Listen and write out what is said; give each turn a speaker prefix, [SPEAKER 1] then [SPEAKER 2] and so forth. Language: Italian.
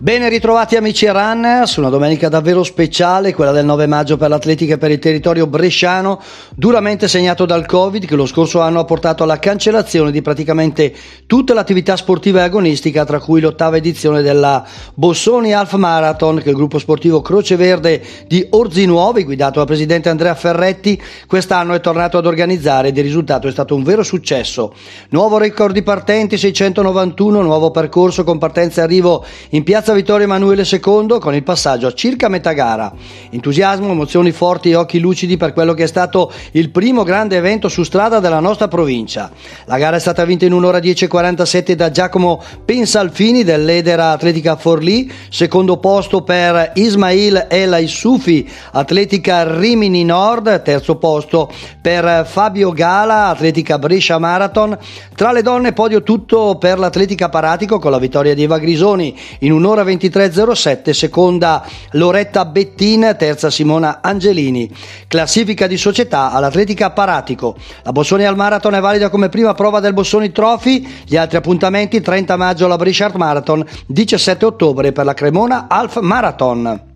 [SPEAKER 1] Ben ritrovati amici runners, una domenica davvero speciale, quella del 9 maggio per l'atletica e per il territorio bresciano, duramente segnato dal Covid che lo scorso anno ha portato alla cancellazione di praticamente tutta l'attività sportiva e agonistica, tra cui l'8ª edizione della Bossoni Half Marathon che il gruppo sportivo Croce Verde di Orzinuovi, guidato dal presidente Andrea Ferretti, quest'anno è tornato ad organizzare ed il risultato è stato un vero successo. Nuovo record di partenti, 691, nuovo percorso con partenza e arrivo in piazza Vittorio Emanuele II con il passaggio a circa metà gara. Entusiasmo, emozioni forti e occhi lucidi per quello che è stato il primo grande evento su strada della nostra provincia. La gara è stata vinta in 1 ora 10:47 da Giacomo Pensalfini dell'Edera Atletica Forlì, secondo posto per Ismail El Aissoufi Atletica Rimini Nord, terzo posto per Fabio Gala Atletica Brescia Marathon. Tra le donne podio tutto per l'Atletica Paratico con la vittoria di Eva Grisoni in 1 ora 23:07, seconda Loretta Bettin, terza Simona Angelini. Classifica di società all'Atletica Paratico. La Bossoni al Marathon è valida come prima prova del Bossoni Trophy. Gli altri appuntamenti: 30 maggio la Brescia Art Marathon, 17 ottobre per la Cremona Half Marathon.